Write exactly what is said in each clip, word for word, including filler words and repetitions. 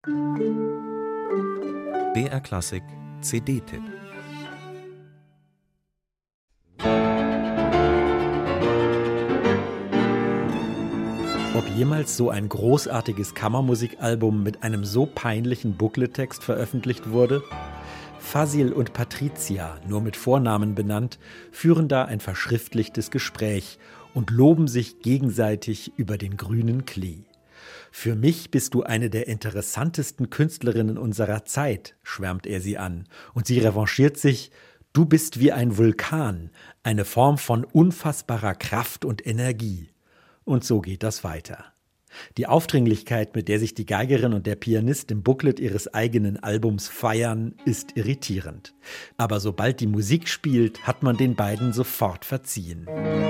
B R Klassik C D-Tipp. Ob jemals so ein großartiges Kammermusikalbum mit einem so peinlichen Booklet-Text veröffentlicht wurde? Fazil und Patricia, nur mit Vornamen benannt, führen da ein verschriftlichtes Gespräch und loben sich gegenseitig über den grünen Klee. »Für mich bist du eine der interessantesten Künstlerinnen unserer Zeit«, schwärmt er sie an. Und sie revanchiert sich: »Du bist wie ein Vulkan, eine Form von unfassbarer Kraft und Energie.« Und so geht das weiter. Die Aufdringlichkeit, mit der sich die Geigerin und der Pianist im Booklet ihres eigenen Albums feiern, ist irritierend. Aber sobald die Musik spielt, hat man den beiden sofort verziehen.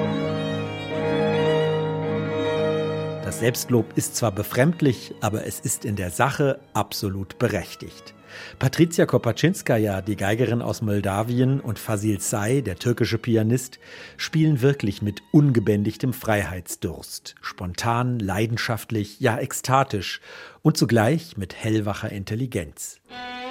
Das Selbstlob ist zwar befremdlich, aber es ist in der Sache absolut berechtigt. Patricia Kopaczynskaja, die Geigerin aus Moldawien, und Fazil Say, der türkische Pianist, spielen wirklich mit ungebändigtem Freiheitsdurst. Spontan, leidenschaftlich, ja ekstatisch und zugleich mit hellwacher Intelligenz.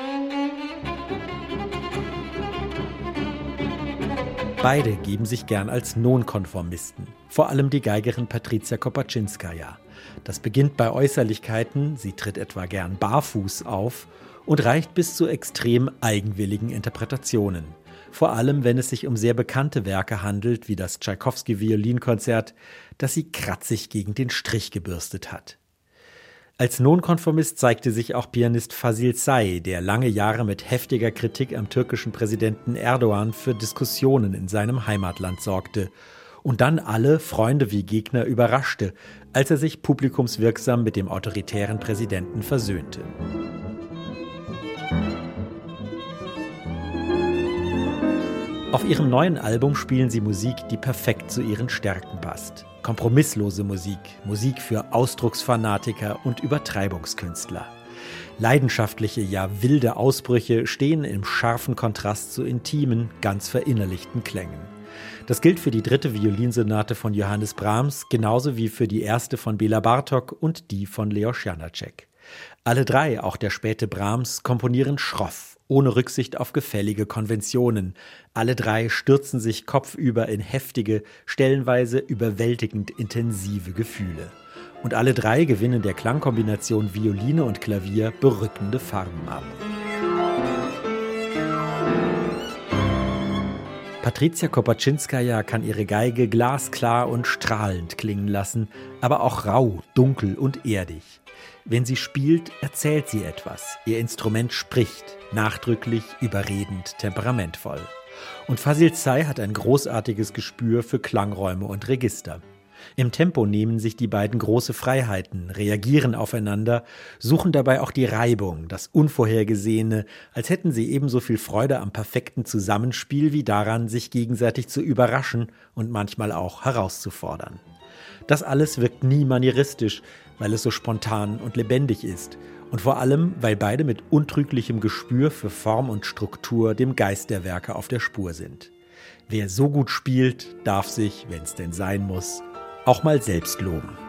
Beide geben sich gern als Nonkonformisten, vor allem die Geigerin Patricia Kopaczynskaja. Das beginnt bei Äußerlichkeiten, sie tritt etwa gern barfuß auf, und reicht bis zu extrem eigenwilligen Interpretationen. Vor allem, wenn es sich um sehr bekannte Werke handelt, wie das Tschaikowski-Violinkonzert, das sie kratzig gegen den Strich gebürstet hat. Als Nonkonformist zeigte sich auch Pianist Fazil Say, der lange Jahre mit heftiger Kritik am türkischen Präsidenten Erdogan für Diskussionen in seinem Heimatland sorgte und dann alle, Freunde wie Gegner, überraschte, als er sich publikumswirksam mit dem autoritären Präsidenten versöhnte. Auf ihrem neuen Album spielen sie Musik, die perfekt zu ihren Stärken passt. Kompromisslose Musik, Musik für Ausdrucksfanatiker und Übertreibungskünstler. Leidenschaftliche, ja wilde Ausbrüche stehen im scharfen Kontrast zu intimen, ganz verinnerlichten Klängen. Das gilt für die dritte Violinsonate von Johannes Brahms, genauso wie für die erste von Bela Bartok und die von Leos Janáček. Alle drei, auch der späte Brahms, komponieren schroff, ohne Rücksicht auf gefällige Konventionen. Alle drei stürzen sich kopfüber in heftige, stellenweise überwältigend intensive Gefühle. Und alle drei gewinnen der Klangkombination Violine und Klavier berückende Farben ab. Patricia Kopaczynskaja kann ihre Geige glasklar und strahlend klingen lassen, aber auch rau, dunkel und erdig. Wenn sie spielt, erzählt sie etwas. Ihr Instrument spricht, nachdrücklich, überredend, temperamentvoll. Und Fazil Say hat ein großartiges Gespür für Klangräume und Register. Im Tempo nehmen sich die beiden große Freiheiten, reagieren aufeinander, suchen dabei auch die Reibung, das Unvorhergesehene, als hätten sie ebenso viel Freude am perfekten Zusammenspiel wie daran, sich gegenseitig zu überraschen und manchmal auch herauszufordern. Das alles wirkt nie manieristisch, weil es so spontan und lebendig ist und vor allem, weil beide mit untrüglichem Gespür für Form und Struktur dem Geist der Werke auf der Spur sind. Wer so gut spielt, darf sich, wenn es denn sein muss, auch mal selbst loben.